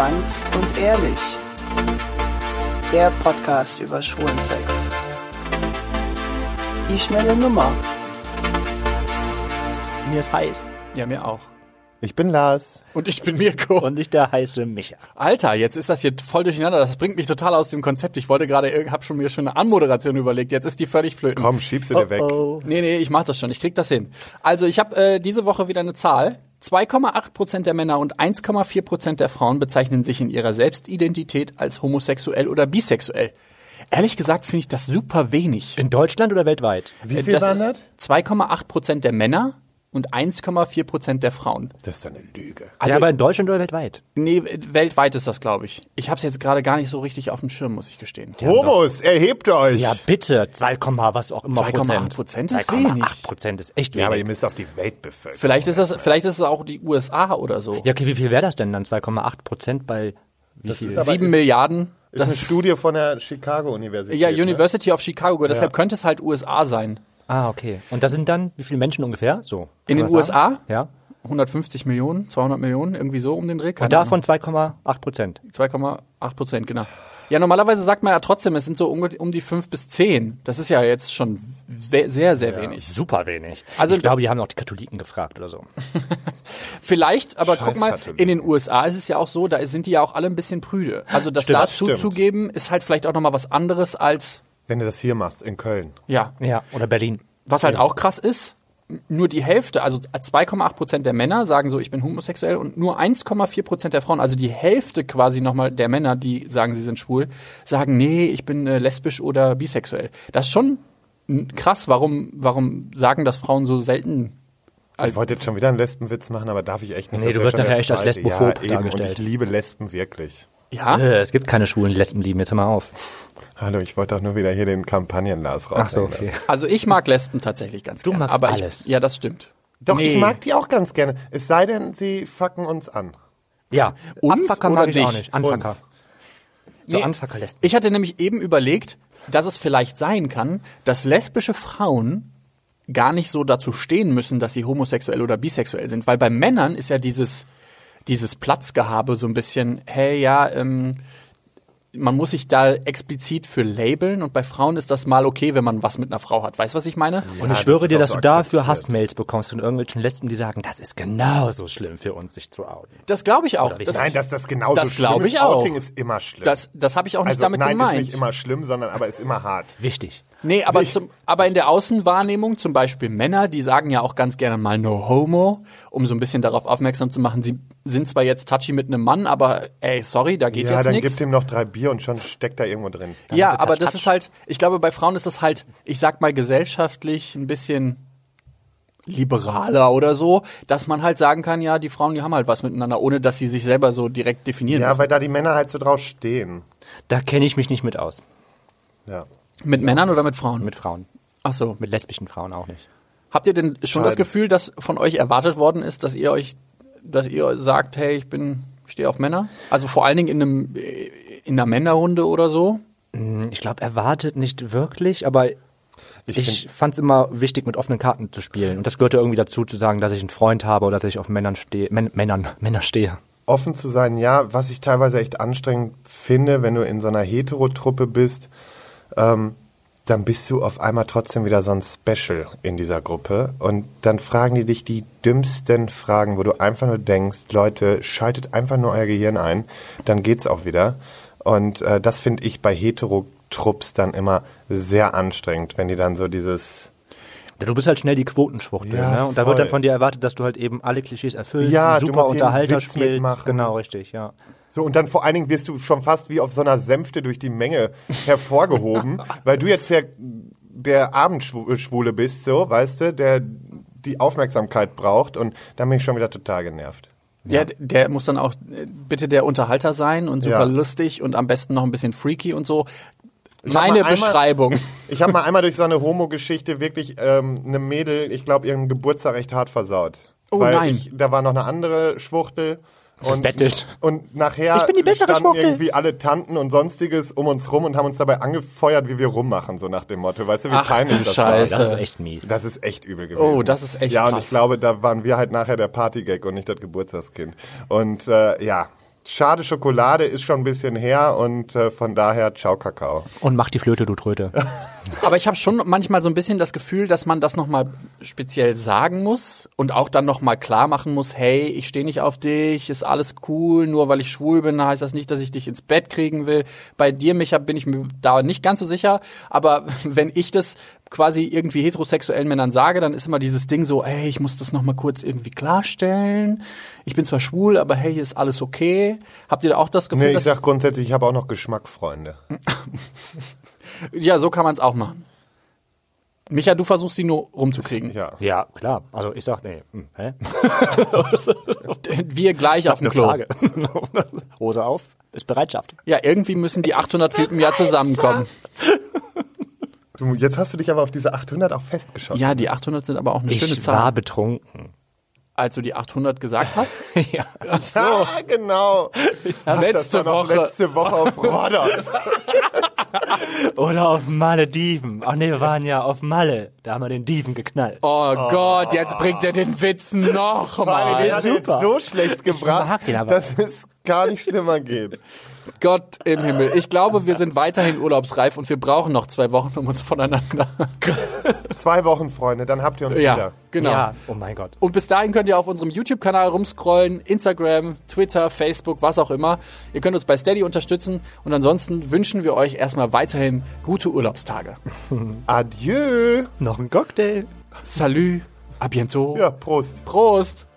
Ganz und ehrlich. Der Podcast über schwulen Sex. Die schnelle Nummer. Mir ist heiß. Ja, mir auch. Ich bin Lars. Und ich bin Mirko. Und nicht der heiße Micha. Alter, jetzt ist das hier voll durcheinander. Das bringt mich total aus dem Konzept. Ich wollte gerade, hab mir schon eine Anmoderation überlegt. Jetzt ist die völlig flöten. Komm, schieb sie dir weg. Nee, ich mach das schon. Ich krieg das hin. Also ich habe diese Woche wieder eine Zahl. 2,8% der Männer und 1,4% der Frauen bezeichnen sich in ihrer Selbstidentität als homosexuell oder bisexuell. Ehrlich gesagt finde ich das super wenig. In Deutschland oder weltweit? Wie viel waren das? 2,8% der Männer und 1,4% der Frauen. Das ist doch eine Lüge. Also, ja, aber in Deutschland oder weltweit? Nee, weltweit ist das, glaube ich. Ich habe es jetzt gerade gar nicht so richtig auf dem Schirm, muss ich gestehen. Homos, erhebt euch! Ja, bitte. 2, was auch immer 2,8% ist wenig. 2,8% ist echt wenig. Ja, aber ihr müsst auf die Weltbevölkerung. Vielleicht ist es auch die USA oder so. Ja, okay, wie viel wäre das denn dann? 2,8% bei wie Das viel? ist aber- 7 Milliarden. Ist eine Studie von der Chicago-Universität. Ja, University of Chicago. Deshalb Ja. könnte es halt USA sein. Ah, okay. Und das sind dann wie viele Menschen ungefähr? So. In kann den man sagen? USA? Ja. 150 Millionen, 200 Millionen, irgendwie so um den Dreh. Keine Und davon 2,8%. 2,8%, genau. Ja, normalerweise sagt man ja trotzdem, es sind so um die 5 bis 10. Das ist ja jetzt schon sehr, sehr wenig. Super wenig. Also- Ich glaube, die haben auch die Katholiken gefragt oder so. Vielleicht, aber Scheiß guck mal, Katholiken. in den USA ist es ja auch so, da sind die ja auch alle ein bisschen prüde. Also das Stimmt, da das stimmt. zuzugeben, ist halt vielleicht auch nochmal was anderes als, Wenn du das hier machst, in Köln. ja. Ja, oder Berlin. Was halt auch krass ist, nur die Hälfte, also 2,8% der Männer sagen so, ich bin homosexuell und nur 1,4% der Frauen, also die Hälfte quasi nochmal der Männer, die sagen, sie sind schwul, sagen, nee, ich bin lesbisch oder bisexuell. Das ist schon krass, warum sagen das Frauen so selten? Ich wollte jetzt schon wieder einen Lesbenwitz machen, aber darf ich echt nicht. Nee, Das du wär wirst schon nachher der echt als zweite. lesbophob ja, eben. Und dargestellt. ich liebe Lesben wirklich. Ja? Es gibt keine schwulen Lesbenlieben, jetzt hör mal auf. Hallo, ich wollte doch nur wieder hier den Kampagnen-Lars raus. Ach so, okay. Also ich mag Lesben tatsächlich ganz gerne. magst aber alles. Ja, das stimmt. Doch, Nee. ich mag die auch ganz gerne. Es sei denn, sie fucken uns an. Ja, Uns Abfucker oder mag ich auch dich? nicht. Anfucker. Uns. So Nee, Anfucker-Lesben. Ich hatte nämlich eben überlegt, dass es vielleicht sein kann, dass lesbische Frauen gar nicht so dazu stehen müssen, dass sie homosexuell oder bisexuell sind. Weil bei Männern ist ja dieses Platzgehabe so ein bisschen, hey, ja, man muss sich da explizit für labeln und bei Frauen ist das mal okay, wenn man was mit einer Frau hat. Weißt du, was ich meine? Und Ja, ich schwöre das dir, ist dass auch du so dafür akzeptiert. Hassmails bekommst von irgendwelchen Lesben, die sagen, das ist genauso schlimm für uns, sich zu outen. Das glaube ich auch. Oder wie? Das, Nein, dass das genauso Das schlimm glaube ich ist. auch. Outing ist immer schlimm. das habe ich auch nicht also damit nein, gemeint. ist nicht immer schlimm, sondern aber ist immer hart. Wichtig. Nee, aber in der Außenwahrnehmung, zum Beispiel Männer, die sagen ja auch ganz gerne mal no homo, um so ein bisschen darauf aufmerksam zu machen, sie sind zwar jetzt touchy mit einem Mann, aber ey, sorry, da geht Ja, jetzt dann nichts. gibt ihm noch 3 Bier und schon steckt da irgendwo drin. Ja, aber das ist halt, ich glaube, bei Frauen ist das halt, ich sag mal gesellschaftlich ein bisschen liberaler oder so, dass man halt sagen kann, ja, die Frauen, die haben halt was miteinander, ohne dass sie sich selber so direkt definieren Ja, müssen. weil da die Männer halt so drauf stehen. Da kenne ich mich nicht mit aus. Ja. Mit Männern oder mit Frauen? Mit Frauen. Ach so. Mit lesbischen Frauen auch nicht. Habt ihr denn schon das Schade. Gefühl, dass von euch erwartet worden ist, dass ihr sagt, hey, ich stehe auf Männer? Also vor allen Dingen in einer Männerrunde oder so? Ich glaube, erwartet nicht wirklich, aber ich fand es immer wichtig, mit offenen Karten zu spielen. Und das gehörte irgendwie dazu, zu sagen, dass ich einen Freund habe oder dass ich auf Männer stehe. Offen zu sein, ja, was ich teilweise echt anstrengend finde, wenn du in so einer Hetero-Truppe bist, dann bist du auf einmal trotzdem wieder so ein Special in dieser Gruppe und dann fragen die dich die dümmsten Fragen, wo du einfach nur denkst, Leute, schaltet einfach nur euer Gehirn ein, dann geht's auch wieder. Und das finde ich bei Hetero-Trupps dann immer sehr anstrengend, wenn die dann so dieses... Du bist halt schnell die Quotenschwuchtel, Ja, ne? Und da voll. wird dann von dir erwartet, dass du halt eben alle Klischees erfüllst, Ja, ein du super musst jeden Unterhalter Witz spielst. mitmachen. Genau, richtig, ja. So, und dann vor allen Dingen wirst du schon fast wie auf so einer Sänfte durch die Menge hervorgehoben, weil du jetzt der Abendschwule bist, so, weißt du, der die Aufmerksamkeit braucht und dann bin ich schon wieder total genervt. Ja, der muss dann auch bitte der Unterhalter sein und super Ja. lustig und am besten noch ein bisschen freaky und so. Ich hab Meine mal einmal- Beschreibung. Ich habe mal einmal durch so eine Homo-Geschichte wirklich eine Mädel, ich glaube, ihren Geburtstag echt hart versaut. Oh weil nein. Da war noch eine andere Schwuchtel. Bettelt. Und nachher Ich bin die bessere standen Schwuchtel. irgendwie alle Tanten und Sonstiges um uns rum und haben uns dabei angefeuert, wie wir rummachen, so nach dem Motto. Weißt du, wie Ach, peinlich du das Scheiße. war? Das ist echt mies. Das ist echt übel gewesen. Oh, das ist echt Ja, und krass. ich glaube, da waren wir halt nachher der Partygag und nicht das Geburtstagskind. Und ja, schade, Schokolade ist schon ein bisschen her und von daher ciao Kakao. Und mach die Flöte, du Tröte. Aber ich habe schon manchmal so ein bisschen das Gefühl, dass man das nochmal speziell sagen muss und auch dann nochmal klar machen muss, hey, ich stehe nicht auf dich, ist alles cool, nur weil ich schwul bin, heißt das nicht, dass ich dich ins Bett kriegen will. Bei dir, Micha, bin ich mir da nicht ganz so sicher, aber wenn ich das quasi irgendwie heterosexuellen Männern sage, dann ist immer dieses Ding so, hey, ich muss das nochmal kurz irgendwie klarstellen. Ich bin zwar schwul, aber hey, hier ist alles okay. Habt ihr da auch das Gefühl, Nee, ich sag grundsätzlich, ich habe auch noch Geschmackfreunde. Ja, so kann man es auch machen. Micha, du versuchst die nur rumzukriegen. Ja, klar. Also ich sag, nee. Hä? Wir gleich auf dem Klo. Frage. Hose auf, ist Bereitschaft. Ja, irgendwie müssen die 800 Typen ja zusammenkommen. Jetzt hast du dich aber auf diese 800 auch festgeschossen. Ja, die 800 sind aber auch eine schöne Ich Zahl. war betrunken. Als du die 800 gesagt hast? Ja. So. Ja, genau. Ach, letzte das war noch Woche. Letzte Woche auf Rhodos. Oder auf Malediven. Ach nee, wir waren ja auf Malle. Da haben wir den Dieven geknallt. Oh Gott, jetzt bringt er den Witz noch Den mal. hat er jetzt super. so schlecht gebracht, mag ihn aber. dass es gar nicht schlimmer geht. Gott im Himmel. Ich glaube, wir sind weiterhin urlaubsreif und wir brauchen noch 2 Wochen, um uns voneinander... 2 Wochen, Freunde, dann habt ihr uns Ja, wieder. genau. Ja, oh mein Gott. Und bis dahin könnt ihr auf unserem YouTube-Kanal rumscrollen, Instagram, Twitter, Facebook, was auch immer. Ihr könnt uns bei Steady unterstützen und ansonsten wünschen wir euch erstmal weiterhin gute Urlaubstage. Adieu. Noch ein Cocktail. Salut, à bientôt. Ja, Prost. Prost!